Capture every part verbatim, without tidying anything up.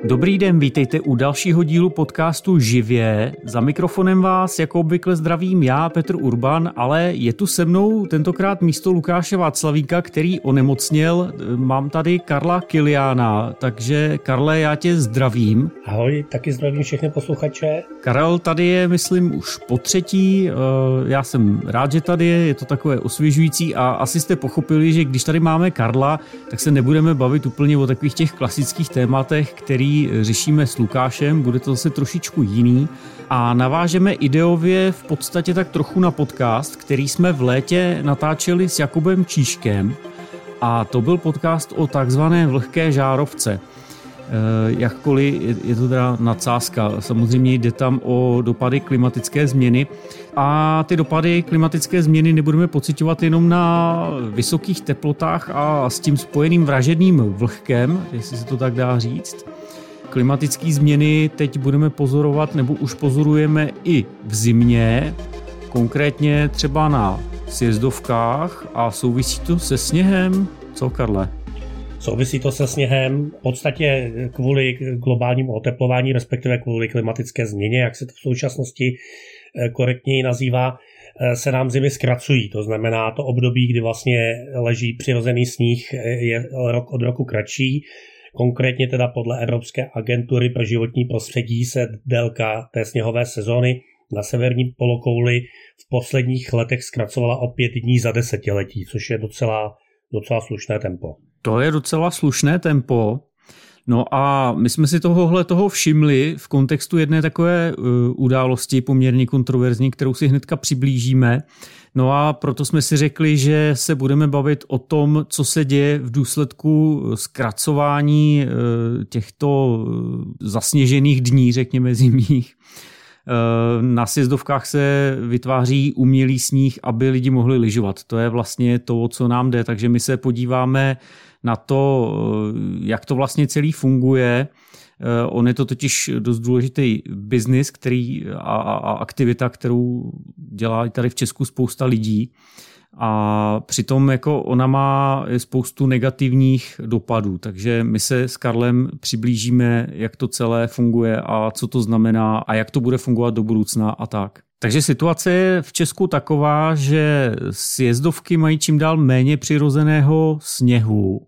Dobrý den, vítejte u dalšího dílu podcastu Živě. Za mikrofonem vás jako obvykle zdravím já, Petr Urban, ale je tu se mnou tentokrát místo Lukáše Václavíka, který onemocněl. Mám tady Karla Kiliána, takže Karle, já tě zdravím. Ahoj, taky zdravím všechny posluchače. Karel tady je, myslím, už po třetí. Já jsem rád, že tady je, je to takové osvěžující a asi jste pochopili, že když tady máme Karla, tak se nebudeme bavit úplně o takových těch klasických tématech, který řešíme s Lukášem, bude to zase trošičku jiný a navážeme ideově v podstatě tak trochu na podcast, který jsme v létě natáčeli s Jakubem Číškem a to byl podcast o takzvané vlhké žárovce. Jakkoliv je to teda nadsázka, samozřejmě jde tam o dopady klimatické změny a ty dopady klimatické změny nebudeme pociťovat jenom na vysokých teplotách a s tím spojeným vražedným vlhkem, jestli se to tak dá říct. Klimatické změny teď budeme pozorovat, nebo už pozorujeme i v zimě, konkrétně třeba na sjezdovkách a souvisí to se sněhem. Co, Karle? Souvisí to se sněhem v podstatě kvůli globálnímu oteplování, respektive kvůli klimatické změně, jak se to v současnosti korektněji nazývá, se nám zimy zkracují. To znamená, to období, kdy vlastně leží přirozený sníh, je rok od roku kratší. Konkrétně teda podle Evropské agentury pro životní prostředí se délka té sněhové sezóny na severní polokouli v posledních letech zkracovala o pět dní za desetiletí, což je docela, docela slušné tempo. To je docela slušné tempo. No a my jsme si tohohle toho všimli v kontextu jedné takové uh, události poměrně kontroverzní, kterou si hnedka přiblížíme. No a proto jsme si řekli, že se budeme bavit o tom, co se děje v důsledku zkracování uh, těchto zasněžených dní, řekněme zimních. Uh, na sjezdovkách se vytváří umělý sníh, aby lidi mohli lyžovat. To je vlastně to, o co nám jde. Takže my se podíváme na to, jak to vlastně celý funguje. On je to totiž dost důležitý biznis, který a, a aktivita, kterou dělá tady v Česku spousta lidí. A přitom jako ona má spoustu negativních dopadů, takže my se s Karlem přiblížíme, jak to celé funguje a co to znamená a jak to bude fungovat do budoucna a tak. Takže situace je v Česku taková, že sjezdovky mají čím dál méně přirozeného sněhu.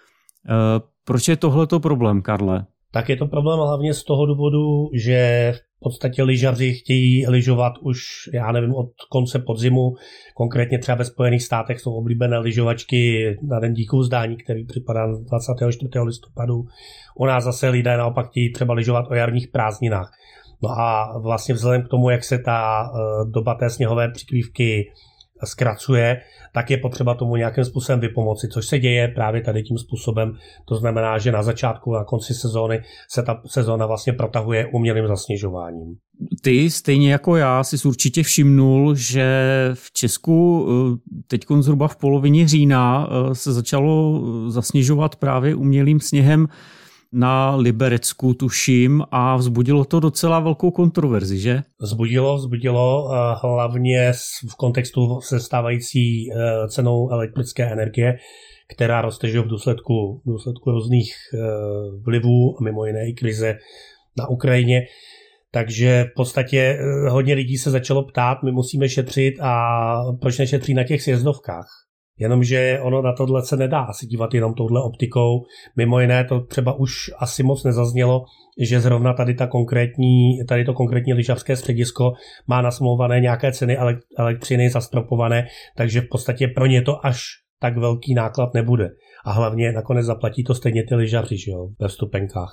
E, proč je tohleto problém, Karle? Tak je to problém hlavně z toho důvodu, že v podstatě lyžaři chtějí lyžovat už, já nevím, od konce podzimu. Konkrétně třeba ve Spojených státech jsou oblíbené lyžovačky na Den díků vzdání, který připadá dvacátého čtvrtého listopadu. U nás zase lidé naopak chtějí třeba lyžovat o jarních prázdninách. No a vlastně vzhledem k tomu, jak se ta doba té sněhové přikrývky zkracuje, tak je potřeba tomu nějakým způsobem vypomoci, což se děje právě tady tím způsobem. To znamená, že na začátku, na konci sezóny se ta sezóna vlastně protahuje umělým zasněžováním. Ty stejně jako já jsi určitě všimnul, že v Česku teď zhruba v polovině října se začalo zasněžovat právě umělým sněhem na Liberecku, tuším, a vzbudilo to docela velkou kontroverzi, že? Vzbudilo, vzbudilo hlavně v kontextu se stávající cenou elektrické energie, která roste v důsledku, v důsledku různých vlivů a mimo jiné i krize na Ukrajině. Takže v podstatě hodně lidí se začalo ptát, my musíme šetřit a proč nešetří na těch sjezdovkách? Jenomže ono na tohle se nedá asi dívat jenom touhle optikou. Mimo jiné to třeba už asi moc nezaznělo, že zrovna tady, ta konkrétní, tady to konkrétní lyžařské středisko má nasmlouvané nějaké ceny elektřiny zastropované, takže v podstatě pro ně to až tak velký náklad nebude. A hlavně nakonec zaplatí to stejně ty lyžaři, že jo, ve vstupenkách.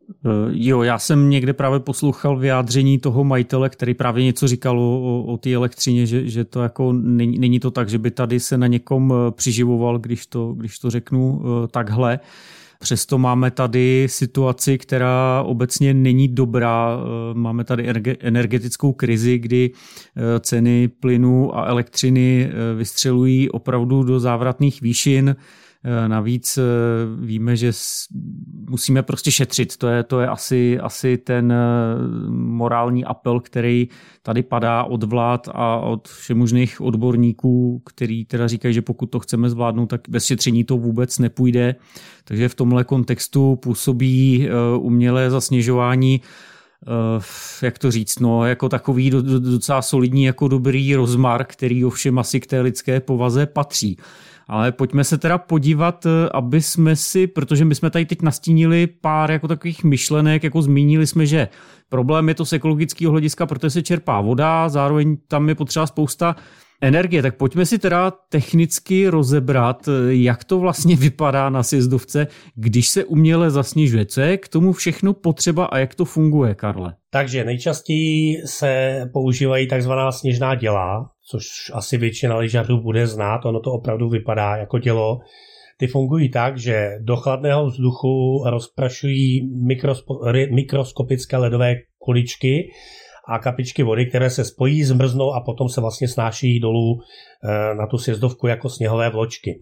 Jo, já jsem někde právě poslouchal vyjádření toho majitele, který právě něco říkal o, o té elektřině, že, že to jako není, není to tak, že by tady se na někom přiživoval, když to, když to řeknu takhle. Přesto máme tady situaci, která obecně není dobrá. Máme tady energetickou krizi, kdy ceny plynu a elektřiny vystřelují opravdu do závratných výšin. Navíc víme, že musíme prostě šetřit. To je, to je asi, asi ten morální apel, který tady padá od vlád a od všemožných odborníků, který teda říkají, že pokud to chceme zvládnout, tak bez šetření to vůbec nepůjde. Takže v tomhle kontextu působí umělé zasněžování, jak to říct, no, jako takový docela solidní, jako dobrý rozmar, který ovšem asi k té lidské povaze patří. Ale pojďme se teda podívat, aby jsme si, protože my jsme tady teď nastínili pár jako takových myšlenek, jako zmínili jsme, že problém je to z ekologického hlediska, protože se čerpá voda, zároveň tam je potřeba spousta energie. Tak pojďme si teda technicky rozebrat, jak to vlastně vypadá na sjezdovce, když se uměle zasněžuje. Co je k tomu všechno potřeba a jak to funguje, Karle? Takže nejčastěji se používají takzvaná sněžná děla, což asi většina lyžařů bude znát, ono to opravdu vypadá jako dělo. Ty fungují tak, že do chladného vzduchu rozprašují mikrospo- mikroskopické ledové kuličky a kapičky vody, které se spojí, zmrznou a potom se vlastně snáší dolů na tu sjezdovku jako sněhové vločky.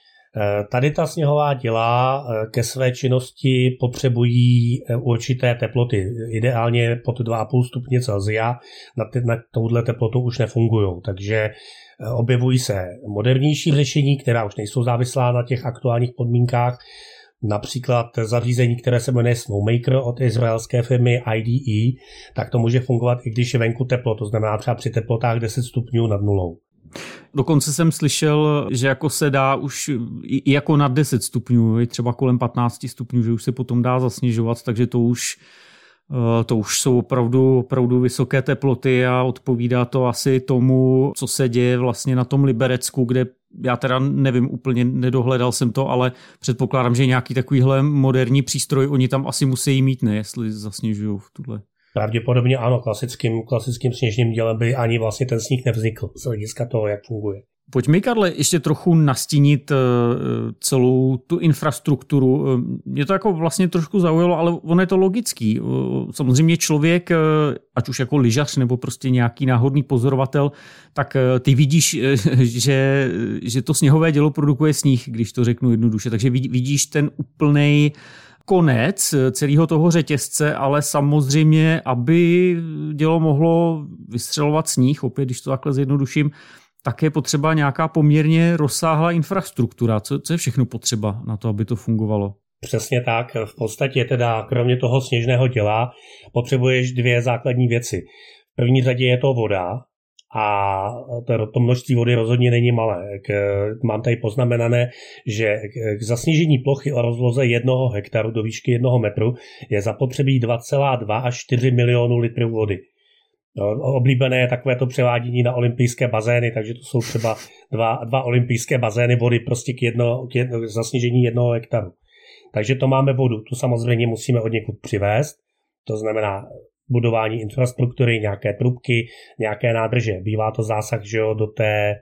Tady ta sněhová děla ke své činnosti potřebují určité teploty. Ideálně pod dva a půl stupně Celsia, na, ty, na touhle teplotu už nefungují. Takže objevují se modernější řešení, která už nejsou závislá na těch aktuálních podmínkách. Například zařízení, které se jmenuje Snowmaker od izraelské firmy I D E, tak to může fungovat i když je venku teplo, to znamená třeba při teplotách deset stupňů nad nulou. Dokonce jsem slyšel, že jako se dá už i jako nad deset stupňů, třeba kolem patnáct stupňů, že už se potom dá zasněžovat, takže to už, to už jsou opravdu, opravdu vysoké teploty a odpovídá to asi tomu, co se děje vlastně na tom Liberecku, kde já teda nevím úplně, nedohledal jsem to, ale předpokládám, že nějaký takovýhle moderní přístroj oni tam asi musí mít, ne, jestli zasněžují v tuhle. Pravděpodobně ano, klasickým, klasickým sněžným dělem by ani vlastně ten sníh nevznikl z hlediska toho, jak funguje. Pojďme, Karle, ještě trochu nastínit celou tu infrastrukturu. Mě to jako vlastně trošku zaujalo, ale ono je to logický. Samozřejmě člověk, ať už jako lyžař nebo prostě nějaký náhodný pozorovatel, tak ty vidíš, že, že to sněhové dělo produkuje sníh, když to řeknu jednoduše. Takže vidíš ten úplnej konec celého toho řetězce, ale samozřejmě, aby dělo mohlo vystřelovat sníh, opět, když to takhle zjednoduším, tak je potřeba nějaká poměrně rozsáhlá infrastruktura. Co, co je všechno potřeba na to, aby to fungovalo? Přesně tak. V podstatě teda kromě toho sněžného děla potřebuješ dvě základní věci. V první řadě je to voda a to, to množství vody rozhodně není malé. Mám tady poznamenané, že k zasněžení plochy o rozloze jednoho hektaru do výšky jednoho metru je zapotřebí dva celá dva až čtyři milionu litrů vody. No, oblíbené je takovéto převádění na olympijské bazény, takže to jsou třeba dva, dva olympijské bazény vody prostě k, jedno, k jedno, zasněžení jednoho hektaru. Takže to máme vodu, tu samozřejmě musíme od někud přivést, to znamená budování infrastruktury, nějaké trubky, nějaké nádrže. Bývá to zásah, že jo, do té,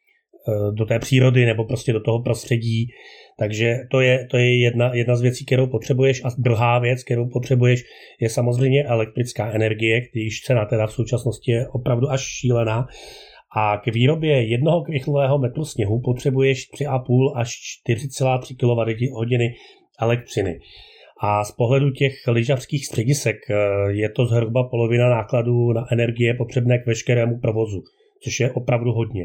do té přírody nebo prostě do toho prostředí. Takže to je, to je jedna, jedna z věcí, kterou potřebuješ. A druhá věc, kterou potřebuješ, je samozřejmě elektrická energie, když cena teda v současnosti je opravdu až šílená. A k výrobě jednoho krychlového metru sněhu potřebuješ tři a půl až čtyři celá tři kilowatthodiny elektřiny. A z pohledu těch lyžařských středisek je to zhruba polovina nákladů na energie potřebné k veškerému provozu, což je opravdu hodně.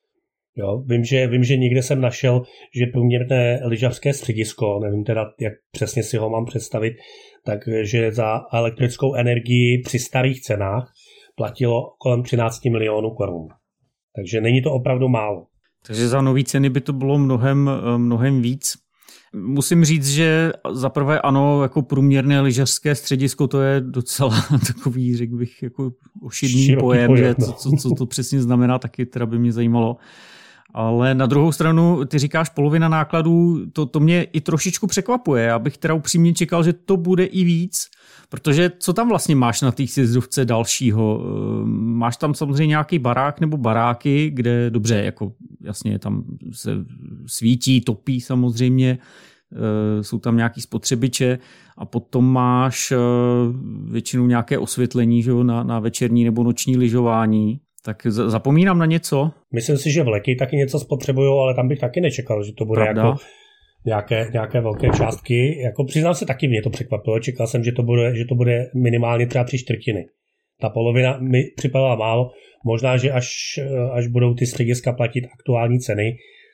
Jo, vím, že, vím, že někde jsem našel, že průměrné lyžařské středisko, nevím teda, jak přesně si ho mám představit, takže za elektrickou energii při starých cenách platilo kolem třináct milionů korun. Takže není to opravdu málo. Takže za nový ceny by to bylo mnohem, mnohem víc. Musím říct, že zaprvé ano, jako průměrné lyžařské středisko, to je docela takový, řekl bych, jako ošidný Široký pojem, pojem že co, co, co to přesně znamená, taky teda by mě zajímalo. Ale na druhou stranu, ty říkáš polovina nákladů, to, to mě i trošičku překvapuje. Já bych teda upřímně čekal, že to bude i víc, protože co tam vlastně máš na té sjezdovce dalšího? Máš tam samozřejmě nějaký barák nebo baráky, kde dobře, jako jasně tam se svítí, topí samozřejmě, jsou tam nějaký spotřebiče a potom máš většinou nějaké osvětlení, že jo, na, na večerní nebo noční lyžování. Tak zapomínám na něco? Myslím si, že vleky taky něco spotřebují, ale tam bych taky nečekal, že to bude Pravda. jako nějaké, nějaké velké částky. Jako přiznám se, taky mě to překvapilo. Čekal jsem, že to bude, že to bude minimálně třeba tři čtvrtiny. Ta polovina mi připadala málo. Možná, že až, až budou ty střediska platit aktuální ceny,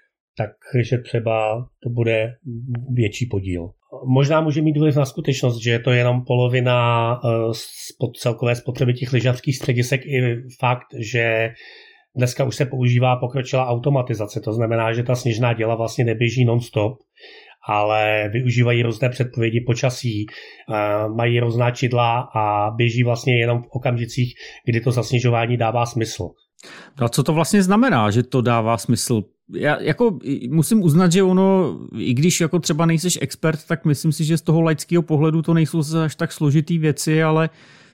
takže třeba to bude větší podíl. Možná může mít vliv na skutečnost, že je to jenom polovina spod celkové spotřeby těch lyžařských středisek i fakt, že dneska už se používá pokročilá automatizace, to znamená, že ta sněžná děla vlastně neběží non-stop, ale využívají různé předpovědi počasí, mají různá čidla a běží vlastně jenom v okamžicích, kdy to zasněžování dává smysl. A co to vlastně znamená, že to dává smysl? Já jako musím uznat, že ono, i když jako třeba nejseš expert, tak myslím si, že z toho laického pohledu to nejsou až tak složitý věci, ale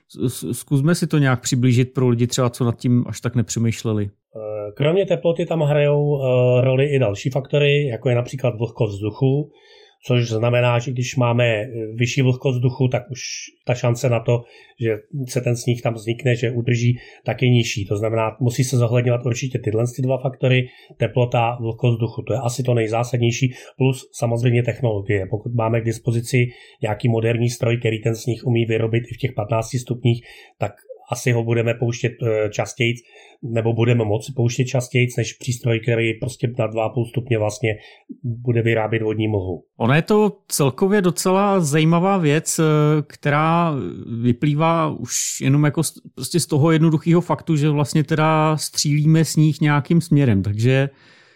zkusme si to nějak přiblížit pro lidi třeba, co nad tím až tak nepřemýšleli. Kromě teploty tam hrajou roli i další faktory, jako je například vlhkost vzduchu, což znamená, že když máme vyšší vlhkost vzduchu, tak už ta šance na to, že se ten sníh tam vznikne, že udrží, tak je nižší. To znamená, musí se zohledňovat určitě tyhle ty dva faktory, teplota, vlhkost vzduchu. To je asi to nejzásadnější, plus samozřejmě technologie. Pokud máme k dispozici nějaký moderní stroj, který ten sníh umí vyrobit i v těch patnácti stupních, tak asi ho budeme pouštět častěji, nebo budeme moci pouštět častěji, než přístroj, který prostě na dva a půl stupně vlastně bude vyrábět vodní mlhu. Ono je to celkově docela zajímavá věc, která vyplývá už jenom jako prostě z toho jednoduchého faktu, že vlastně teda střílíme sníh nějakým směrem, takže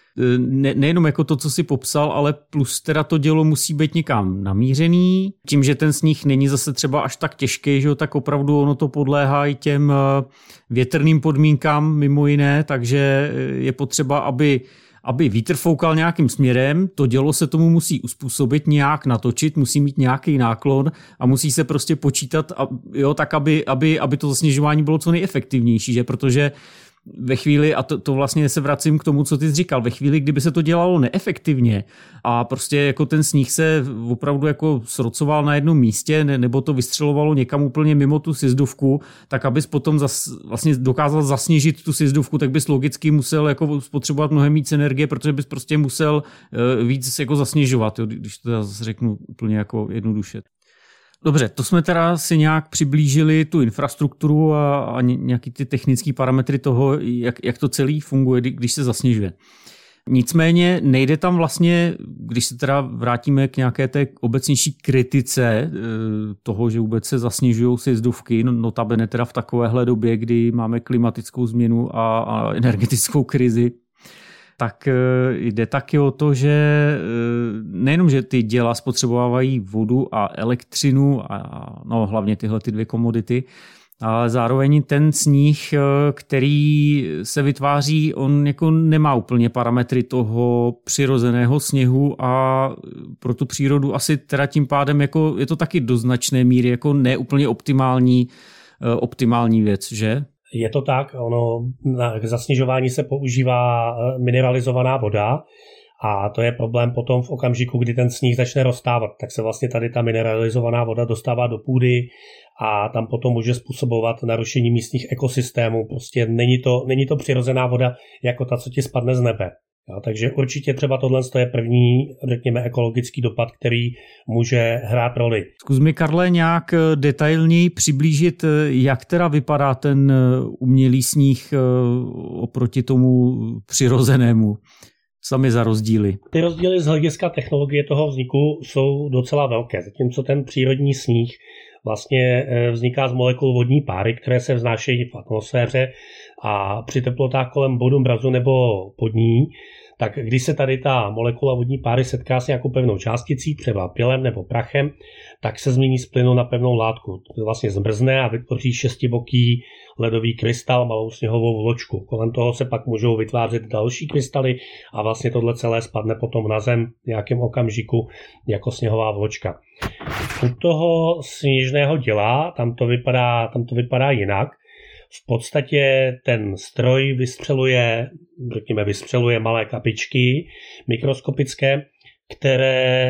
ne, nejenom jako to, co si popsal, ale plus teda to dělo musí být někam namířený. Tím, že ten sníh není zase třeba až tak těžký, že jo, tak opravdu ono to podléhá i těm větrným podmínkám mimo jiné, takže je potřeba, aby aby vítr foukal nějakým směrem, to dělo se tomu musí uspůsobit, nějak natočit, musí mít nějaký náklon a musí se prostě počítat, jo, tak aby, aby, aby to zasněžování bylo co nejefektivnější, že? Protože ve chvíli, a to, to vlastně se vracím k tomu, co ty jsi říkal, ve chvíli, kdyby se to dělalo neefektivně a prostě jako ten sníh se opravdu jako srocoval na jednom místě ne, nebo to vystřelovalo někam úplně mimo tu sjezdovku, tak abys potom zas, vlastně dokázal zasněžit tu sjezdovku, tak bys logicky musel jako spotřebovat mnohem víc energie, protože bys prostě musel uh, víc jako zasněžovat, jo, když to zase řeknu úplně jako jednoduše. Dobře, to jsme teda si nějak přiblížili tu infrastrukturu a, a nějaký ty technické parametry toho, jak, jak to celý funguje, když se zasněžuje. Nicméně nejde tam vlastně, když se teda vrátíme k nějaké té obecnější kritice toho, že vůbec se zasněžují sjezdovky, notabene teda v takovéhle době, kdy máme klimatickou změnu a, a energetickou krizi, tak jde taky o to, že nejenom, že ty děla spotřebovávají vodu a elektřinu, a no, hlavně tyhle ty dvě komodity, ale zároveň ten sníh, který se vytváří, on jako nemá úplně parametry toho přirozeného sněhu a pro tu přírodu asi teda tím pádem jako je to taky do značné míry jako neúplně optimální, optimální věc, že? Je to tak, ono k zasněžování se používá mineralizovaná voda a to je problém potom v okamžiku, kdy ten sníh začne roztávat, tak se vlastně tady ta mineralizovaná voda dostává do půdy a tam potom může způsobovat narušení místních ekosystémů. Prostě není to, není to přirozená voda jako ta, co ti spadne z nebe. Jo, takže určitě třeba tohle je první, řekněme, ekologický dopad, který může hrát roli. Zkus mi, Karle, nějak detailněji přiblížit, jak teda vypadá ten umělý sníh oproti tomu přirozenému. Sami za rozdíly. Ty rozdíly z hlediska technologie toho vzniku jsou docela velké, zatímco ten přírodní sníh vlastně vzniká z molekul vodní páry, které se vznášejí v atmosféře a při teplotách kolem bodu mrazu nebo pod ní, tak když se tady ta molekula vodní páry setká s nějakou pevnou částicí, třeba pylem nebo prachem, tak se změní z plynu na pevnou látku. To vlastně zmrzne a vytvoří šestiboký ledový krystal, malou sněhovou vločku. Kolem toho se pak můžou vytvářet další krystaly a vlastně tohle celé spadne potom na zem v nějakém okamžiku jako sněhová vločka. U toho sněžného děla tam to vypadá, tam to vypadá jinak. V podstatě ten stroj vystřeluje, řekněme, vystřeluje malé kapičky mikroskopické, které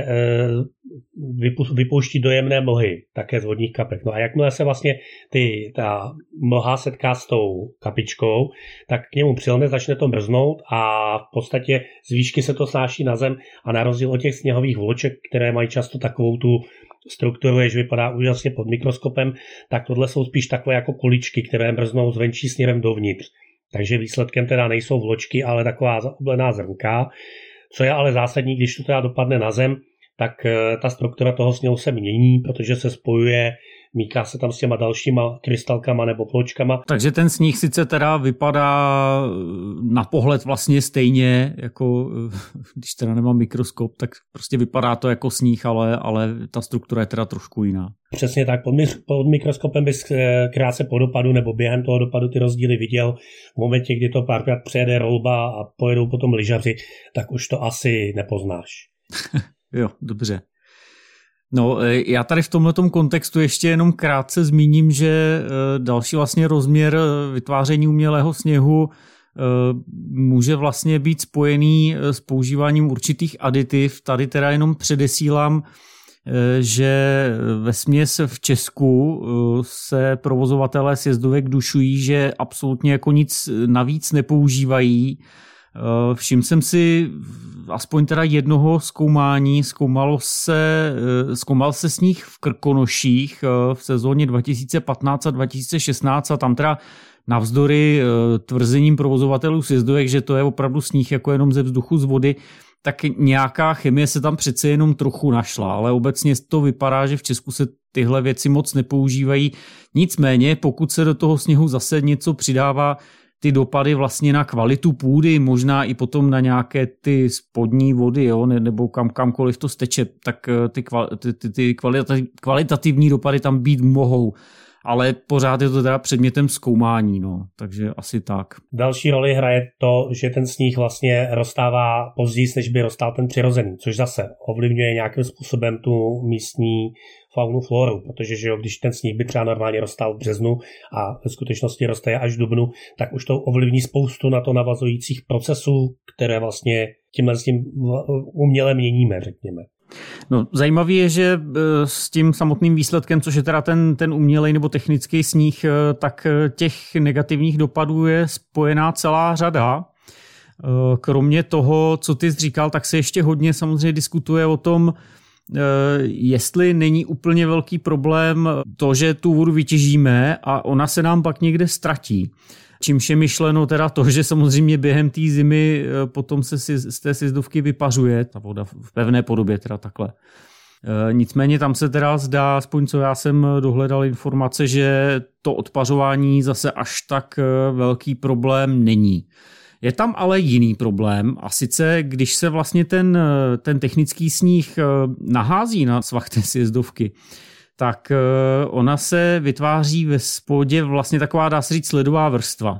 vypouští dojemné mlhy, také z vodních kapek. No a jakmile se vlastně ty, ta mlha setká s tou kapičkou, tak k němu přilne, začne to mrznout a v podstatě z výšky se to snáší na zem a na rozdíl od těch sněhových vloček, které mají často takovou tu strukturu, že vypadá úžasně pod mikroskopem, tak tohle jsou spíš takové jako kuličky, které mrznou zvenčí směrem dovnitř. Takže výsledkem teda nejsou vločky, ale taková zaoblená zrnka. Co je ale zásadní, když to teda dopadne na zem, tak ta struktura toho sněhu se mění, protože se spojuje, míká se tam s těma dalšíma krystalkama nebo pločkama. Takže ten sníh sice teda vypadá na pohled vlastně stejně, jako když teda nemám mikroskop, tak prostě vypadá to jako sníh, ale, ale ta struktura je teda trošku jiná. Přesně tak, pod, pod mikroskopem bys krátce po dopadu nebo během toho dopadu ty rozdíly viděl. V momentě, kdy to párkrát přejede rolba a pojedou potom lyžaři, tak už to asi nepoznáš. Jo, dobře. No, já tady v tomhletom kontextu ještě jenom krátce zmíním, že další vlastně rozměr vytváření umělého sněhu může vlastně být spojený s používáním určitých aditiv. Tady teda jenom předesílám, že vesměs v Česku se provozovatelé sjezdovek dušují, že absolutně jako nic navíc nepoužívají. Všiml jsem si aspoň teda jednoho zkoumání, zkoumalo se, zkoumal se sníh v Krkonoších v sezóně dva tisíce patnáct a dva tisíce šestnáct a tam teda navzdory tvrzením provozovatelů sjezdovek, že to je opravdu sníh jako jenom ze vzduchu z vody, tak nějaká chemie se tam přece jenom trochu našla, ale obecně to vypadá, že v Česku se tyhle věci moc nepoužívají. Nicméně, pokud se do toho sněhu zase něco přidává, ty dopady vlastně na kvalitu půdy, možná i potom na nějaké ty spodní vody, jo, nebo kam, kamkoliv to steče, tak ty, ty, ty, ty kvalitativní dopady tam být mohou. Ale pořád je to teda předmětem zkoumání, no, takže asi tak. Další roli hraje to, že ten sníh vlastně roztává později, než by roztál ten přirozený, což zase ovlivňuje nějakým způsobem tu místní faunu, floru, protože že jo, když ten sníh by třeba normálně roztál v březnu a ve skutečnosti roste až v dubnu, tak už to ovlivní spoustu na to navazujících procesů, které vlastně tímhle s tím uměle měníme, řekněme. No, zajímavé je, že s tím samotným výsledkem, což je teda ten, ten umělej nebo technický sníh, tak těch negativních dopadů je spojená celá řada. Kromě toho, co ty jsi říkal, tak se ještě hodně samozřejmě diskutuje o tom, jestli není úplně velký problém to, že tu vodu vytěžíme a ona se nám pak někde ztratí. Čímž je myšleno teda to, že samozřejmě během té zimy potom se z té sjezdovky vypařuje ta voda v pevné podobě, teda takhle. Nicméně tam se teda zdá, aspoň co já jsem dohledal informace, že to odpařování zase až tak velký problém není. Je tam ale jiný problém a sice, když se vlastně ten, ten technický sníh nahází na svah té sjezdovky, tak ona se vytváří ve spodě vlastně taková, dá se říct, ledová vrstva.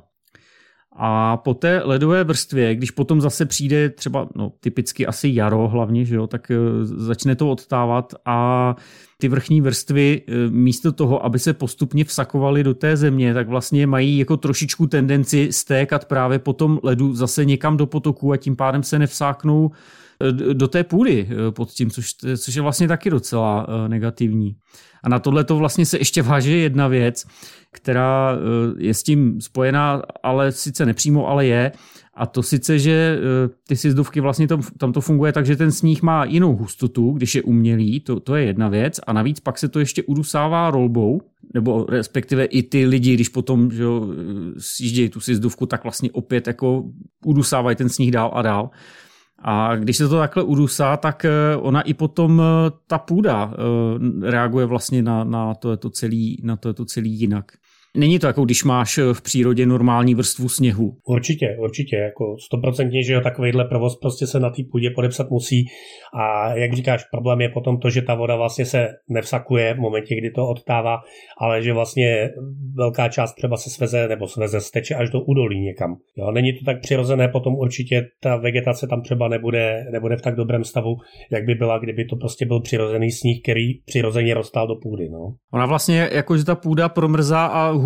A po té ledové vrstvě, když potom zase přijde třeba, no typicky asi jaro hlavně, že jo, tak začne to odtávat a ty vrchní vrstvy místo toho, aby se postupně vsakovaly do té země, tak vlastně mají jako trošičku tendenci stékat právě po tom ledu zase někam do potoku a tím pádem se nevsáknou do té půdy pod tím, což, což je vlastně taky docela negativní. A na tohle to vlastně se ještě váže jedna věc, která je s tím spojená, ale sice nepřímo, ale je. A to sice, že ty sjezdovky vlastně tam, tam to funguje tak, že ten sníh má jinou hustotu, když je umělý, to, to je jedna věc. A navíc pak se to ještě udusává rolbou, nebo respektive i ty lidi, když potom že jo, sjíždějí tu sjezdovku, tak vlastně opět jako udusávají ten sníh dál a dál. A když se to takhle udusá, tak ona i potom ta půda reaguje vlastně na, na to celý, na to celý jinak. Není to jako když máš v přírodě normální vrstvu sněhu. Určitě, určitě, jako stoprocentně, že jo, takovejhle provoz prostě se na té půdě podepsat musí a jak říkáš, problém je potom to, že ta voda vlastně se nevsakuje v momentě, kdy to odtává, ale že vlastně velká část třeba se sveze nebo sveze steče až do údolí někam. Jo, není to tak přirozené, potom určitě ta vegetace tam třeba nebude, nebude v tak dobrém stavu, jak by byla, kdyby to prostě byl přirozený sníh, který přirozeně rostál do půdy. No. Ona vlastně jako, že ta půda promrzá a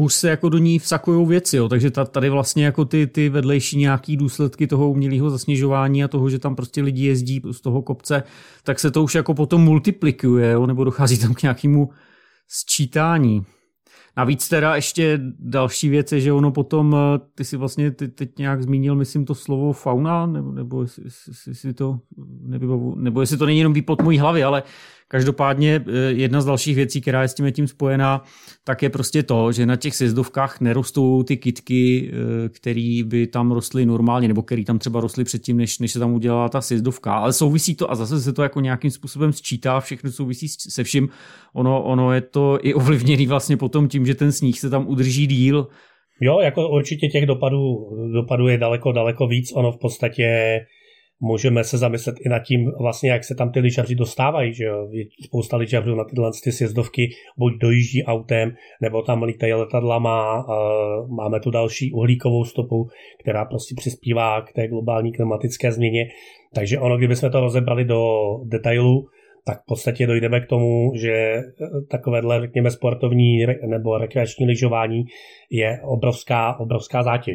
hůř se jako do ní vsakujou věci, jo. Takže tady vlastně jako ty, ty vedlejší nějaký důsledky toho umělého zasněžování a toho, že tam prostě lidi jezdí z toho kopce, tak se to už jako potom multiplikuje, jo, nebo dochází tam k nějakému sčítání. Navíc teda ještě další věc je, že ono potom, ty si vlastně ty, teď nějak zmínil, myslím, to slovo fauna, nebo, nebo, jestli, jestli to, nebylo, nebo jestli to není jenom výpod mojí hlavy, ale každopádně jedna z dalších věcí, která je s tím tím spojená, tak je prostě to, že na těch sjezdovkách nerostou ty kytky, které by tam rostly normálně, nebo které tam třeba rostly předtím, než, než se tam udělala ta sjezdovka. Ale souvisí to a zase se to jako nějakým způsobem sčítá, všechno souvisí se vším. Ono, ono je to i ovlivněný vlastně potom tím, že ten sníh se tam udrží díl. Jo, jako určitě těch dopadů, dopadů je daleko, daleko víc. Ono v podstatě můžeme se zamyslet i nad tím, vlastně, jak se tam ty lyžaři dostávají, že jo. Spousta lyžařů na tyhle ty sjezdovky buď dojíždí autem, nebo tam lítají letadlama. Máme tu další uhlíkovou stopu, která prostě přispívá k té globální klimatické změně. Takže ono, kdybychom to rozebrali do detailu, tak v podstatě dojdeme k tomu, že takovéhle, řekněme, sportovní nebo rekreační lyžování je obrovská, obrovská zátěž.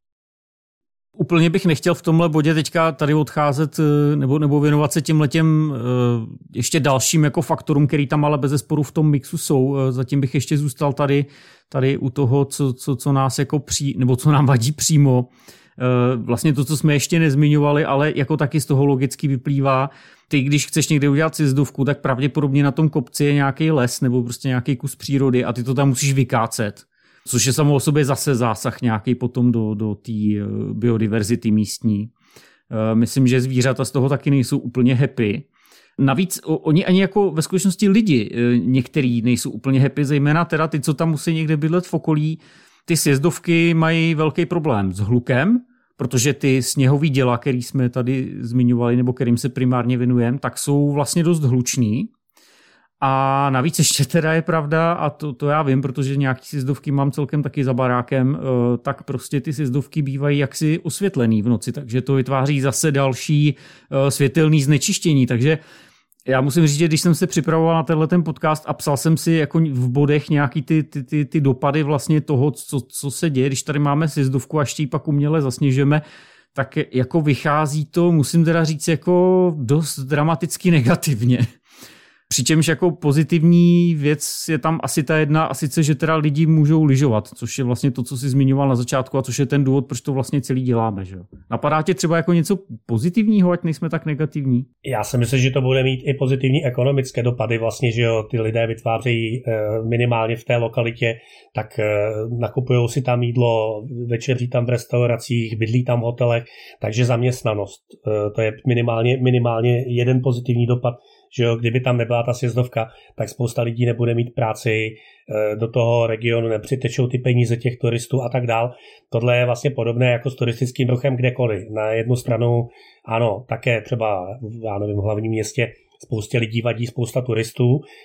Úplně bych nechtěl v tomhle bodě teďka tady odcházet nebo, nebo věnovat se těm letěm ještě dalším jako faktorům, který tam ale bezesporu v tom mixu jsou. Zatím bych ještě zůstal tady, tady u toho, co, co, co nás jako pří, nebo co nám vadí přímo. Vlastně to, co jsme ještě nezmiňovali, ale jako taky z toho logicky vyplývá. Ty, když chceš někde udělat sjezdovku, tak pravděpodobně na tom kopci je nějaký les nebo prostě nějaký kus přírody a ty to tam musíš vykácet. Což je samo o sobě zase zásah nějaký potom do, do té biodiverzity místní. Myslím, že zvířata z toho taky nejsou úplně happy. Navíc oni ani jako ve skutečnosti lidi některý nejsou úplně happy, zejména teda ty, co tam musí někde bydlet v okolí. Ty sjezdovky mají velký problém s hlukem, protože ty sněhový děla, který jsme tady zmiňovali nebo kterým se primárně věnujeme, tak jsou vlastně dost hluční. A navíc ještě teda je pravda, a to, to já vím, protože nějaký sjezdovky mám celkem taky za barákem, tak prostě ty sjezdovky bývají jaksi osvětlený v noci, takže to vytváří zase další světelný znečištění. Takže já musím říct, že když jsem se připravoval na tenhle ten podcast a psal jsem si jako v bodech nějaký ty, ty, ty, ty dopady vlastně toho, co, co se děje, když tady máme sjezdovku a ještě ji pak uměle zasněžujeme, tak jako vychází to, musím teda říct, jako dost dramaticky negativně. Přičemž jako pozitivní věc je tam asi ta jedna, a sice, že teda lidi můžou lyžovat, což je vlastně to, co jsi zmiňoval na začátku a což je ten důvod, proč to vlastně celý děláme. Že? Napadá tě třeba jako něco pozitivního, ať nejsme tak negativní? Já si myslím, že to bude mít i pozitivní ekonomické dopady vlastně, že jo, ty lidé vytvářejí minimálně v té lokalitě, tak nakupují si tam jídlo, večeří tam v restauracích, bydlí tam v hotelech, takže zaměstnanost. To je minimálně, minimálně jeden pozitivní dopad, že jo, kdyby tam nebyla ta sjezdovka, tak spousta lidí nebude mít práci, do toho regionu nepřitečou ty peníze těch turistů a tak dál. Tohle je vlastně podobné jako s turistickým ruchem kdekoliv. Na jednu stranu, ano, také třeba, já nevím, v hlavním městě spoustě lidí vadí spousta turistů,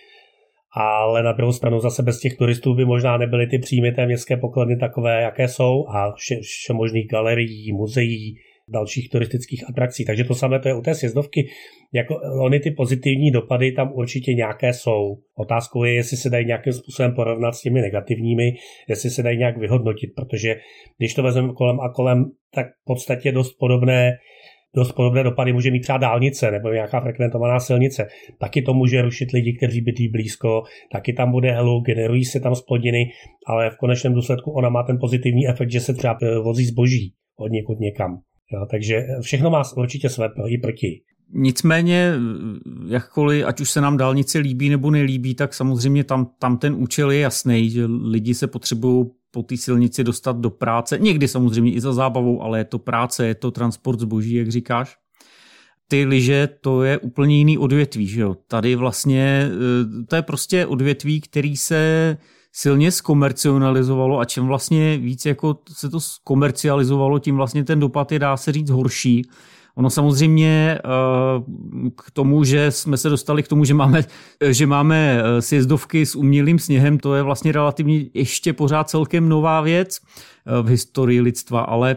ale na druhou stranu zase bez těch turistů by možná nebyly ty příjmy té městské pokladny takové, jaké jsou, a vše, vše možných galerií, muzeí, dalších turistických atrakcí. Takže to samé to je u té sjezdovky. Jako ony ty pozitivní dopady tam určitě nějaké jsou. Otázkou je, jestli se dají nějakým způsobem porovnat s těmi negativními, jestli se dají nějak vyhodnotit, protože když to vezmeme kolem a kolem, tak v podstatě dost podobné dost podobné dopady může mít třeba dálnice nebo nějaká frekventovaná silnice. Taky to může rušit lidi, kteří bydlí blízko, taky tam bude hluk, generují se tam zplodiny, ale v konečném důsledku ona má ten pozitivní efekt, že se třeba vozí zboží od někud někam. Jo, takže všechno má určitě své pro i proti. Nicméně, jakkoliv, ať už se nám dálnice líbí nebo nelíbí, tak samozřejmě tam, tam ten účel je jasný, že lidi se potřebují po té silnici dostat do práce. Někdy samozřejmě i za zábavou, ale je to práce, je to transport zboží, jak říkáš. Ty lyže, to je úplně jiný odvětví, že jo? Tady vlastně, to je prostě odvětví, který se silně zkomercionalizovalo a čím vlastně víc jako se to zkomercializovalo, tím vlastně ten dopad je, dá se říct, horší. Ono samozřejmě k tomu, že jsme se dostali k tomu, že máme, že máme sjezdovky s umělým sněhem, to je vlastně relativně ještě pořád celkem nová věc v historii lidstva, ale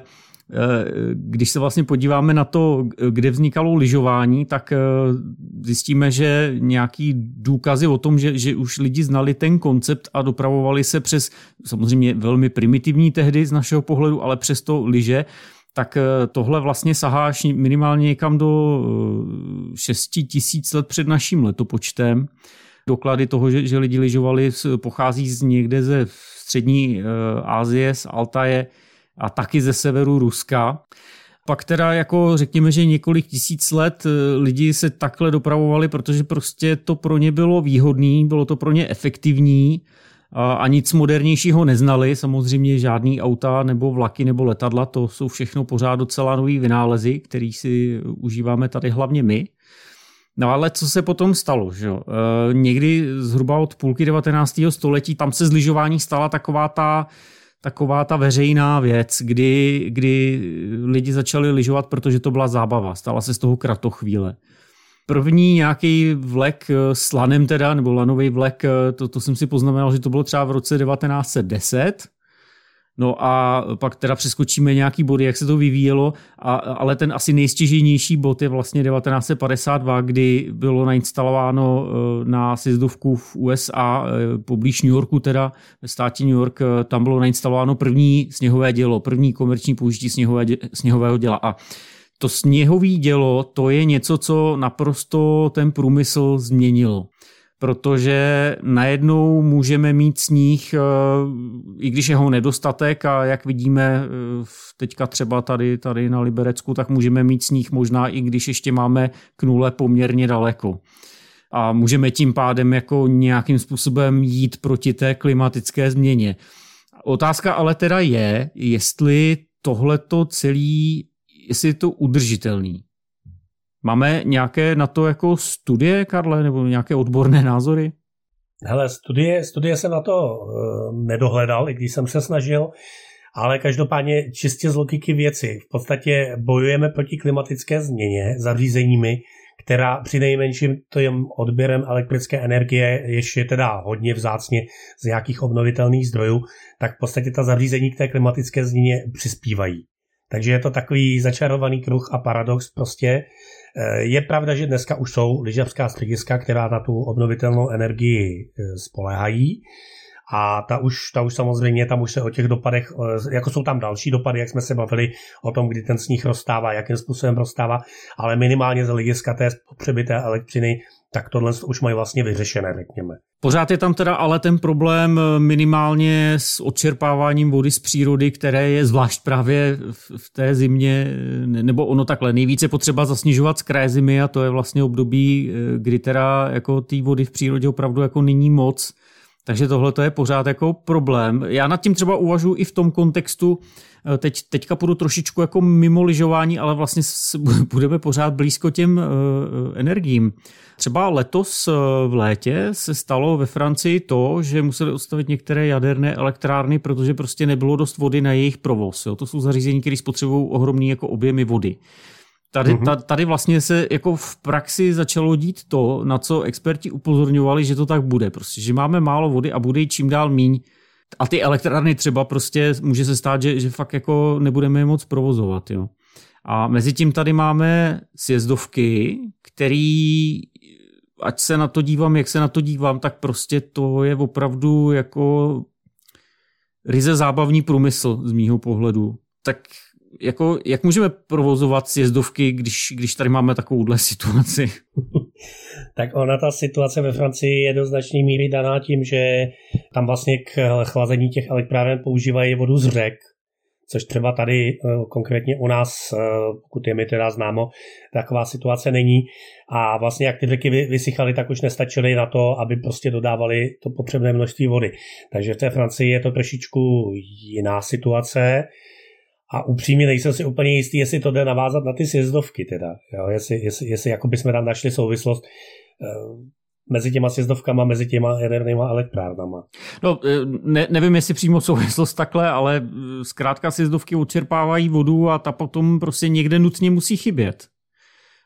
Když se vlastně podíváme na to, kde vznikalo lyžování, tak zjistíme, že nějaký důkazy o tom, že, že už lidi znali ten koncept a dopravovali se přes, samozřejmě velmi primitivní tehdy z našeho pohledu, ale přesto lyže, tak tohle vlastně sahá až minimálně někam do šesti tisíc let před naším letopočtem. Doklady toho, že, že lidi lyžovali, pochází z někde ze střední Asie, z Altaje a taky ze severu Ruska. Pak teda jako řekněme, že několik tisíc let lidi se takhle dopravovali, protože prostě to pro ně bylo výhodný, bylo to pro ně efektivní a nic modernějšího neznali. Samozřejmě žádný auta nebo vlaky nebo letadla, to jsou všechno pořád docela nový vynálezy, který si užíváme tady hlavně my. No ale co se potom stalo? Že? E, někdy zhruba od půlky devatenáctého století tam se z lyžování stala taková ta, taková ta veřejná věc, kdy, kdy lidi začali lyžovat, protože to byla zábava. Stala se z toho kratochvíle. První nějaký vlek s lanem teda, nebo lanový vlek, to, to jsem si poznamenal, že to bylo třeba v roce devatenáct set deset. No a pak teda přeskočíme nějaký body, jak se to vyvíjelo, a, ale ten asi nejstěžejnější bod je vlastně devatenáct set padesát dva, kdy bylo nainstalováno na sjezdovku v U S A, poblíž New Yorku teda, ve státě New York, tam bylo nainstalováno první sněhové dělo, první komerční použití sněhové, sněhového děla. A to sněhové dělo, to je něco, co naprosto ten průmysl změnilo. Protože najednou můžeme mít sníh, i když je ho nedostatek, a jak vidíme teďka třeba tady, tady na Liberecku, tak můžeme mít sníh možná i když ještě máme k nule poměrně daleko. A můžeme tím pádem jako nějakým způsobem jít proti té klimatické změně. Otázka ale teda je, jestli tohleto celý, jestli je to udržitelný. Máme nějaké na to jako studie, Karle, nebo nějaké odborné názory? Hele, studie, studie jsem na to uh, nedohledal, i když jsem se snažil, ale každopádně čistě z logiky věci. V podstatě bojujeme proti klimatické změně zařízeními, která při nejmenším tím odběrem elektrické energie ještě teda hodně vzácně z nějakých obnovitelných zdrojů, tak v podstatě ta zařízení k té klimatické změně přispívají. Takže je to takový začarovaný kruh a paradox prostě. Je pravda, že dneska už jsou lyžařská střediska, která na tu obnovitelnou energii spoléhají, a ta už, ta už samozřejmě, tam už se o těch dopadech, jako jsou tam další dopady, jak jsme se bavili o tom, kdy ten sníh roztává, jakým způsobem roztává, ale minimálně z hlediska té spotřeby té elektřiny, tak tohle už mají vlastně vyřešené, řekněme. Pořád je tam teda ale ten problém minimálně s odčerpáváním vody z přírody, které je zvlášť právě v té zimě, nebo ono takhle, nejvíce potřeba zasněžovat z kraje zimy, a to je vlastně období, kdy teda jako té vody v přírodě opravdu jako není moc. Takže tohle to je pořád jako problém. Já nad tím třeba uvažuji i v tom kontextu, teď, teďka půjdu trošičku jako mimo lyžování, ale vlastně budeme pořád blízko těm uh, energiím. Třeba letos v létě se stalo ve Francii to, že museli odstavit některé jaderné elektrárny, protože prostě nebylo dost vody na jejich provoz. Jo? To jsou zařízení, které spotřebují ohromný jako objemy vody. Tady, mm-hmm. tady vlastně se jako v praxi začalo dít to, na co experti upozorňovali, že to tak bude. Prostě, že máme málo vody a bude čím dál míň. A ty elektrárny třeba prostě může se stát, že, že fakt jako nebudeme je moc provozovat. Jo. A mezi tím tady máme sjezdovky, který, ať se na to dívám, jak se na to dívám, tak prostě to je opravdu jako ryze zábavní průmysl z mýho pohledu. Tak jako, jak můžeme provozovat sjezdovky, když, když tady máme takovouhle situaci? Tak ona, ta situace ve Francii je do značné míry daná tím, že tam vlastně k chlazení těch elektráren používají vodu z řek, což třeba tady konkrétně u nás, pokud je mi teda známo, taková situace není. A vlastně jak ty řeky vysychaly, tak už nestačily na to, aby prostě dodávali to potřebné množství vody. Takže v té Francii je to trošičku jiná situace. A upřímně nejsem si úplně jistý, jestli to jde navázat na ty sjezdovky teda. Jo? Jestli, jestli, jestli jako bychom tam našli souvislost uh, mezi těma sjezdovkama, mezi těma jadernýma elektrárnama. No, ne, nevím, jestli přímo souvislost takhle, ale zkrátka sjezdovky odčerpávají vodu a ta potom prostě někde nutně musí chybět.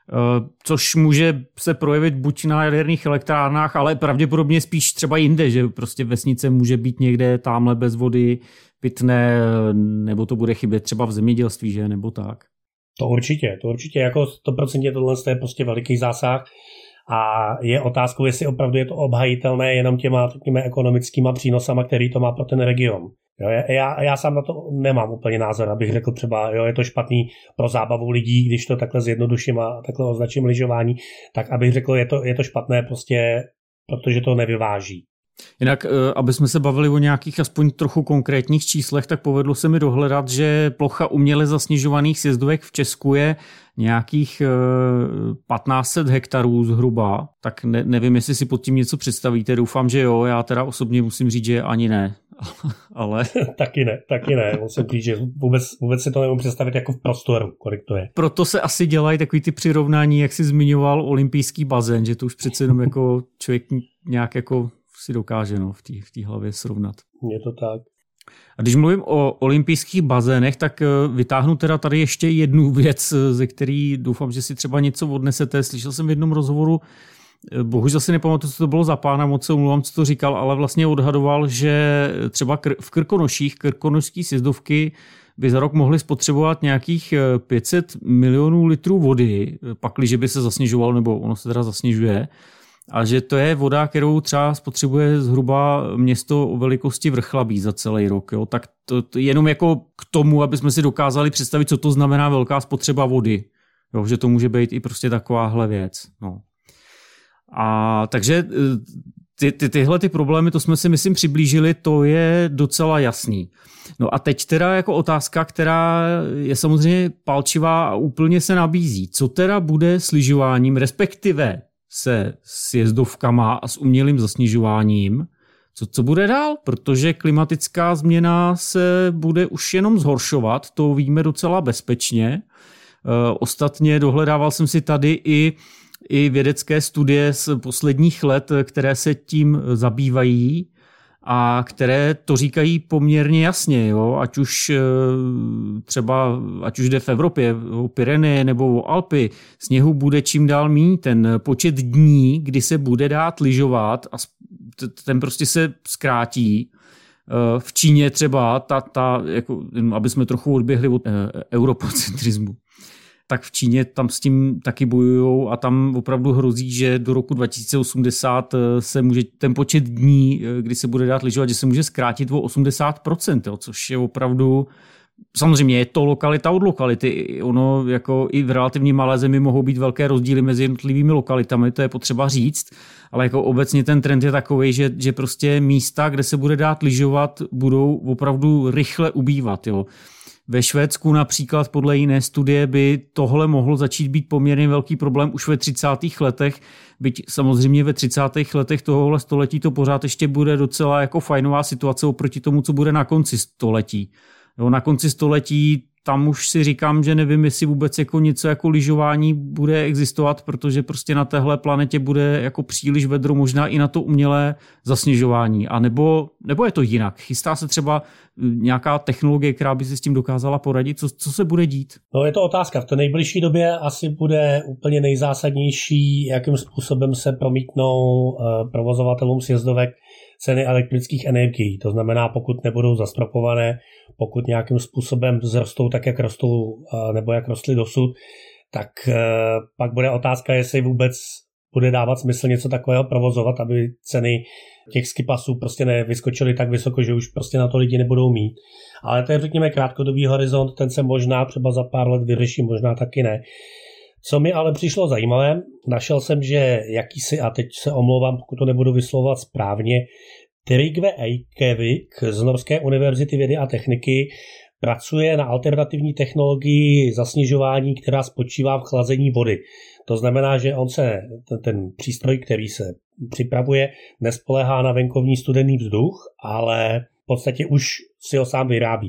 což může se projevit buď na jaderných elektrárnách, ale pravděpodobně spíš třeba jinde, že prostě vesnice může být někde tamhle bez vody pitné, nebo to bude chybět třeba v zemědělství, že, nebo tak. To určitě, to určitě, jako sto procent tohle je prostě veliký zásah a je otázkou, jestli opravdu je to obhajitelné jenom těma, těma ekonomickýma přínosama, který to má pro ten region. Jo, já, já sám na to nemám úplně názor, abych řekl třeba, jo, je to špatný pro zábavu lidí, když to takhle zjednoduším a takhle označím lyžování, tak abych řekl, je to, je to špatné prostě, protože to nevyváží. Jinak, aby jsme se bavili o nějakých aspoň trochu konkrétních číslech, tak povedlo se mi dohledat, že plocha uměle zasněžovaných sjezdovek v Česku je nějakých patnáct set hektarů zhruba, tak ne, nevím, jestli si pod tím něco představíte, doufám, že jo, já teda osobně musím říct, že ani ne. Ale... taky ne, taky ne, musím říct, že vůbec, vůbec si to nemůžu představit jako v prostoru, kolik to je. Proto se asi dělají takový ty přirovnání, jak jsi zmiňoval, olympijský bazén, že to už přece jenom jako člověk nějak jako si dokáže no, v té v té hlavě srovnat. Je to tak. A když mluvím o olympijských bazénech, tak vytáhnu teda tady ještě jednu věc, ze který doufám, že si třeba něco odnesete. Slyšel jsem v jednom rozhovoru, bohužel si nepamatuju, co to bylo za pána, moc se omlouvám, co to říkal, ale vlastně odhadoval, že třeba v Krkonoších, krkonošský sjezdovky by za rok mohly spotřebovat nějakých pět set milionů litrů vody, pakliže by se zasněžoval, nebo ono se teda zasněžuje, a že to je voda, kterou třeba spotřebuje zhruba město o velikosti Vrchlabí za celý rok. Jo? Tak to, to jenom jako k tomu, aby jsme si dokázali představit, co to znamená velká spotřeba vody. Jo? Že to může být i prostě takováhle věc. No. A takže ty, ty, tyhle ty problémy, to jsme si myslím přiblížili, to je docela jasný. No a teď teda jako otázka, která je samozřejmě palčivá a úplně se nabízí. Co teda bude s lyžováním, respektive se sjezdovkama a s umělým zasněžováním? Co, co bude dál? Protože klimatická změna se bude už jenom zhoršovat, to víme docela bezpečně. E, ostatně dohledával jsem si tady i i vědecké studie z posledních let, které se tím zabývají a které to říkají poměrně jasně, jo? Ať už třeba, ať už jde v Evropě o Pyreneje nebo o Alpy, sněhu bude čím dál míň, ten počet dní, kdy se bude dát lyžovat a ten prostě se zkrátí. V Číně třeba, ta, ta, jako, aby jsme trochu odběhli od europocentrismu, tak v Číně tam s tím taky bojujou a tam opravdu hrozí, že do roku dva tisíce osmdesát se může ten počet dní, kdy se bude dát lyžovat, že se může zkrátit o osmdesát procent, jo, což je opravdu, samozřejmě je to lokalita od lokality, ono jako i v relativně malé zemi mohou být velké rozdíly mezi jednotlivými lokalitami, to je potřeba říct, ale jako obecně ten trend je takový, že, že prostě místa, kde se bude dát lyžovat, budou opravdu rychle ubývat, jo. Ve Švédsku například podle jiné studie by tohle mohlo začít být poměrně velký problém už ve třicátých letech, byť samozřejmě ve třicátých letech tohohle století to pořád ještě bude docela jako fajnová situace oproti tomu, co bude na konci století. Jo, na konci století tam už si říkám, že nevím, jestli vůbec jako něco jako lyžování bude existovat, protože prostě na téhle planetě bude jako příliš vedro, možná i na to umělé zasněžování. A nebo, nebo je to jinak? Chystá se třeba nějaká technologie, která by si s tím dokázala poradit? Co, co se bude dít? No je to otázka. V té nejbližší době asi bude úplně nejzásadnější, jakým způsobem se promítnou provozovatelům sjezdovek ceny elektrických energií. To znamená, pokud nebudou zastropované, pokud nějakým způsobem vzrostou tak, jak rostou, nebo jak rostly dosud, tak pak bude otázka, jestli vůbec bude dávat smysl něco takového provozovat, aby ceny těch skipasů prostě nevyskočily tak vysoko, že už prostě na to lidi nebudou mít. Ale to je, řekněme, krátkodobý horizont, ten se možná třeba za pár let vyřeší, možná taky ne. Co mi ale přišlo zajímavé, našel jsem, že jakýsi, a teď se omlouvám, pokud to nebudu vyslovovat správně, Trygve Eikevik z Norské univerzity vědy a techniky pracuje na alternativní technologii zasněžování, která spočívá v chlazení vody. To znamená, že on se, ten, ten přístroj, který se připravuje, nespoléhá na venkovní studený vzduch, ale v podstatě už si ho sám vyrábí.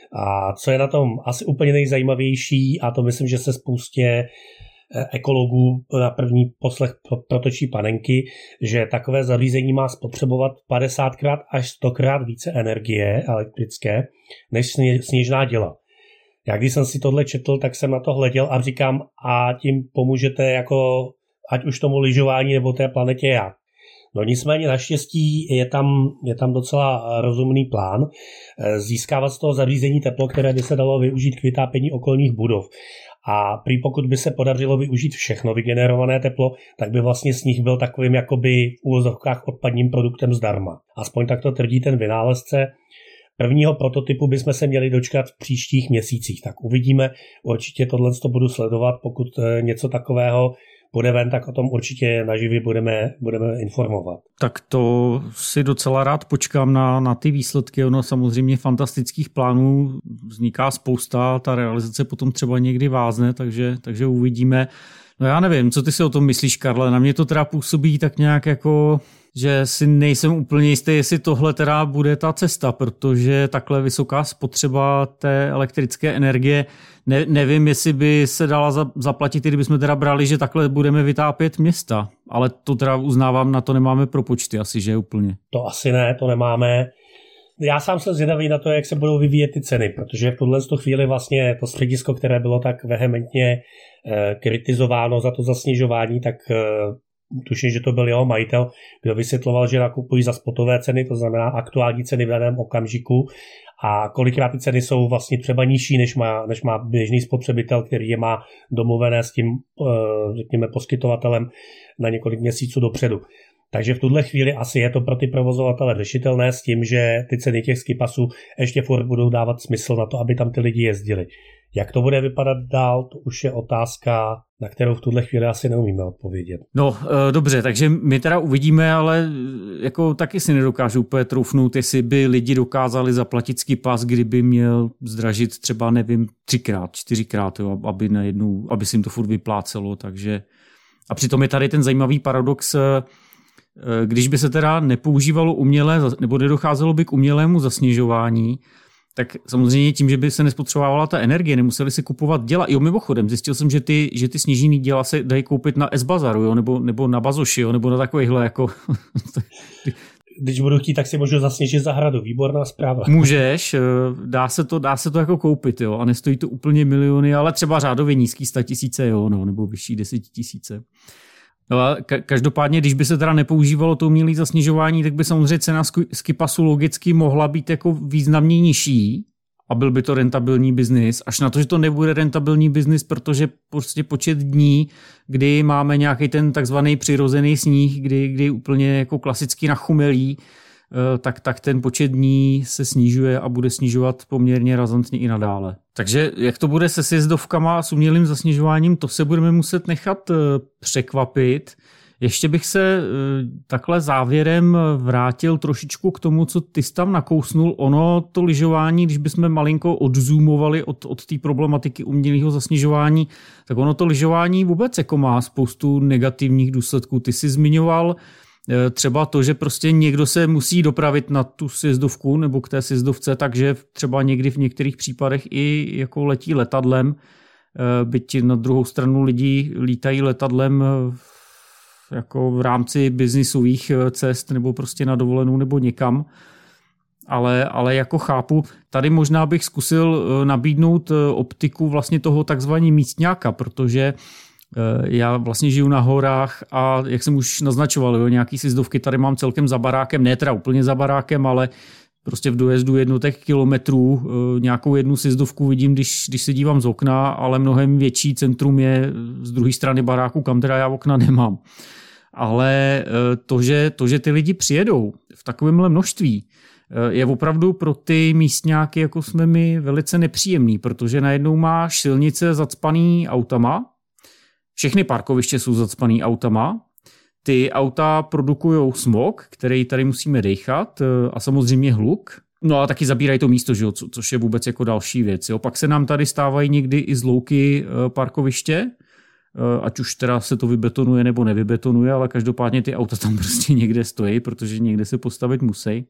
A co je na tom asi úplně nejzajímavější, a to myslím, že se spoustě ekologů na první poslech protočí panenky, že takové zařízení má spotřebovat padesátkrát až stokrát více energie elektrické než sněžná děla. Já když jsem si tohle četl, tak jsem na to hleděl a říkám, a tím pomůžete jako, ať už tomu lyžování nebo té planetě jak. No nicméně naštěstí je tam, je tam docela rozumný plán získávat z toho zařízení teplo, které by se dalo využít k vytápění okolních budov. A prý pokud by se podařilo využít všechno vygenerované teplo, tak by vlastně sníh byl takovým jakoby v úvozovkách odpadním produktem zdarma. Aspoň tak to tvrdí ten vynálezce. Prvního prototypu bychom se měli dočkat v příštích měsících. Tak uvidíme, určitě tohle to budu sledovat, pokud něco takového bude ven, tak o tom určitě naživě budeme, budeme informovat. Tak to si docela rád počkám na, na ty výsledky. Ono samozřejmě fantastických plánů vzniká spousta, ta realizace potom třeba někdy vázne, takže, takže uvidíme. No já nevím, co ty si o tom myslíš, Karle? Na mě to teda působí tak nějak jako, že si nejsem úplně jistý, jestli tohle teda bude ta cesta, protože takhle vysoká spotřeba té elektrické energie, ne, nevím, jestli by se dala za, zaplatit, kdybychom teda brali, že takhle budeme vytápět města, ale to teda uznávám, na to nemáme propočty asi, že úplně. To asi ne, to nemáme. Já sám jsem zvědavý na to, jak se budou vyvíjet ty ceny, protože v tuhle chvíli vlastně to středisko, které bylo tak vehementně eh, kritizováno za to zasnižování, tak eh, tuším, že to byl jeho majitel, kdo vysvětloval, že nakupují za spotové ceny, to znamená aktuální ceny v daném okamžiku, a kolikrát ty ceny jsou vlastně třeba nižší, než má, než má běžný spotřebitel, který je má domluvené s tím, eh, řekněme, poskytovatelem na několik měsíců dopředu. Takže v tuhle chvíli asi je to pro ty provozovatele řešitelné s tím, že ty ceny těch skipasů ještě furt budou dávat smysl na to, aby tam ty lidi jezdili. Jak to bude vypadat dál, to už je otázka, na kterou v tuhle chvíli asi neumíme odpovědět. No dobře, takže my teda uvidíme, ale jako taky si nedokážu úplně troufnout, jestli by lidi dokázali zaplatit skipas, kdyby měl zdražit třeba, nevím, třikrát, čtyřikrát, jo, aby najednou, aby si jim to furt vyplácelo, takže a přitom je tady ten zajímavý paradox. Když by se teda nepoužívalo umělé, nebo nedocházelo by k umělému zasněžování, tak samozřejmě tím, že by se nespotřebovala ta energie, nemuseli si kupovat děla. Jo, mimochodem, zjistil jsem, že ty, že ty sněžný děla se dají koupit na S-Bazaru, jo, nebo, nebo na Bazoši, jo, nebo na takovýchhle jako... Když budu chtít, tak si můžu zasněžit zahradu. Výborná zpráva. Můžeš, dá se to, dá se to jako koupit, jo, a nestojí to úplně miliony, ale třeba řádově nízký sta tisíce, jo, no, nebo vyšší desetitisíce. No a každopádně, když by se teda nepoužívalo to umělé zasněžování, tak by samozřejmě cena skipasu logicky mohla být jako významně nižší a byl by to rentabilní biznis. Až na to, že to nebude rentabilní biznis, protože prostě počet dní, kdy máme nějaký ten takzvaný přirozený sníh, kdy, kdy úplně jako klasicky nachumelí, tak, tak ten počet dní se snižuje a bude snižovat poměrně razantně i nadále. Takže jak to bude se sjezdovkama a s umělým zasněžováním, to se budeme muset nechat překvapit. Ještě bych se takhle závěrem vrátil trošičku k tomu, co ty jsi tam nakousnul. Ono to lyžování, když bychom malinko odzoomovali od, od té problematiky umělého zasněžování, tak ono to lyžování vůbec jako má spoustu negativních důsledků. Ty jsi zmiňoval třeba to, že prostě někdo se musí dopravit na tu sjezdovku nebo k té sjezdovce, takže třeba někdy v některých případech i jako letí letadlem, byť na druhou stranu lidi lítají letadlem jako v rámci biznisových cest nebo prostě na dovolenou nebo někam. Ale, ale jako chápu, tady možná bych zkusil nabídnout optiku vlastně toho takzvaného místňáka, protože já vlastně žiju na horách a jak jsem už naznačoval, jo, nějaký sjezdovky tady mám celkem za barákem, ne teda úplně za barákem, ale prostě v dojezdu jednotek kilometrů nějakou jednu sjezdovku vidím, když, když se dívám z okna, ale mnohem větší centrum je z druhé strany baráku, kam teda já okna nemám. Ale to, že, to, že ty lidi přijedou v takovémhle množství, je opravdu pro ty místňáky, jako jsme my, velice nepříjemný, protože najednou máš silnice zacpaný autama, všechny parkoviště jsou zacpaný autama, ty auta produkují smog, který tady musíme dejchat, a samozřejmě hluk. No a taky zabírají to místo, že jo, co, což je vůbec jako další věc. Jo. Pak se nám tady stávají někdy i zlouky parkoviště, ať už teda se to vybetonuje nebo nevybetonuje, ale každopádně ty auta tam prostě někde stojí, protože někde se postavit musí.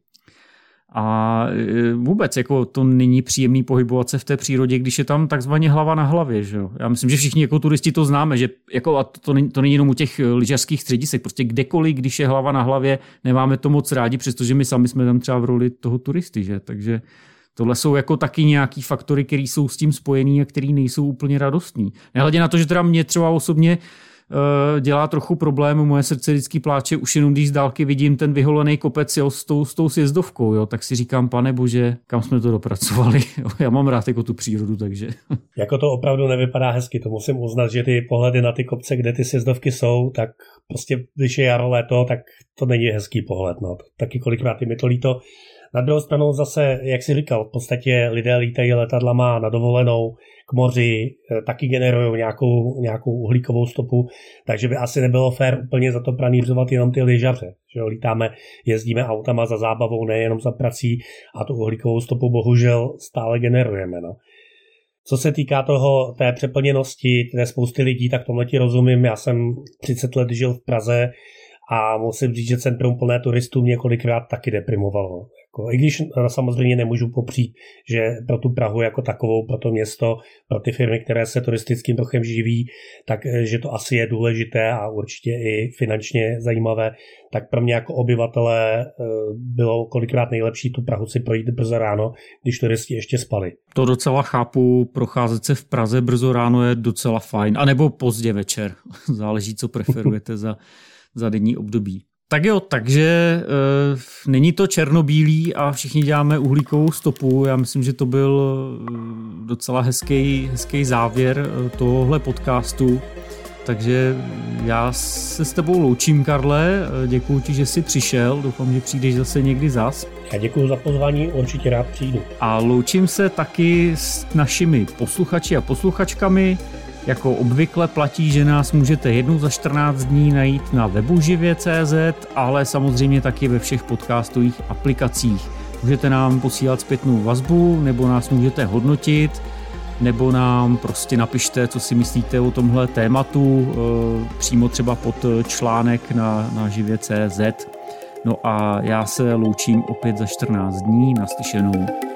A vůbec jako to není příjemný pohybovat se v té přírodě, když je tam takzvaně hlava na hlavě. Že jo? Já myslím, že všichni jako turisti to známe, že jako, a to, není, to není jenom u těch lyžařských středisek, prostě kdekoliv, když je hlava na hlavě, nemáme to moc rádi, přestože my sami jsme tam třeba v roli toho turisty. Že? Takže Tohle jsou jako taky nějaký faktory, které jsou s tím spojený a které nejsou úplně radostný. Nehledě na to, že teda mě třeba osobně uh, dělá trochu problém, moje srdce vždycky pláče, už jenom když z dálky vidím ten vyholený kopec, jo, s tou, s tou sjezdovkou, jo, tak si říkám, pane bože, kam jsme to dopracovali. Já mám rád jako tu přírodu, takže. Jako to opravdu nevypadá hezky, to musím uznat, že ty pohledy na ty kopce, kde ty sjezdovky jsou, tak prostě když je jaro, léto, tak to není hezký pohled, no. Taky kolikrát je mi to líto. Na druhou stranu zase, jak jsi říkal, v podstatě lidé lítají letadlama na dovolenou k moři, taky generují nějakou, nějakou uhlíkovou stopu, takže by asi nebylo fér úplně za to pranířovat jenom ty lyžaře. Že jo, lítáme, jezdíme autama za zábavou, nejenom za prací a tu uhlíkovou stopu bohužel stále generujeme. No. Co se týká toho, té přeplněnosti, té spousty lidí, tak tomhle ti rozumím. Já jsem třicet let žil v Praze a musím říct, že centrum plné turistů mě několikrát taky deprimovalo. Jako, I když samozřejmě nemůžu popřít, že pro tu Prahu jako takovou, pro to město, pro ty firmy, které se turistickým trochem živí, tak že to asi je důležité a určitě i finančně zajímavé, tak pro mě jako obyvatele bylo kolikrát nejlepší tu Prahu si projít brzo ráno, když turisti ještě spali. To docela chápu, procházet se v Praze brzo ráno je docela fajn, anebo pozdě večer, záleží, co preferujete za, za denní období. Tak jo, takže e, není to černobílý a všichni děláme uhlíkovou stopu. Já myslím, že to byl docela hezký, hezký závěr tohohle podcastu. Takže já se s tebou loučím, Karle. Děkuji ti, že jsi přišel. Doufám, že přijdeš zase někdy zas. Já děkuji za pozvání, určitě rád přijdu. A loučím se taky s našimi posluchači a posluchačkami. Jako obvykle platí, že nás můžete jednou za čtrnáct dní najít na webu živě tečka cé zet, ale samozřejmě taky ve všech podcastových aplikacích. Můžete nám posílat zpětnou vazbu, nebo nás můžete hodnotit, nebo nám prostě napište, co si myslíte o tomhle tématu, přímo třeba pod článek na, na živě tečka cé zet. No a já se loučím opět za čtrnáct dní, naslyšenou.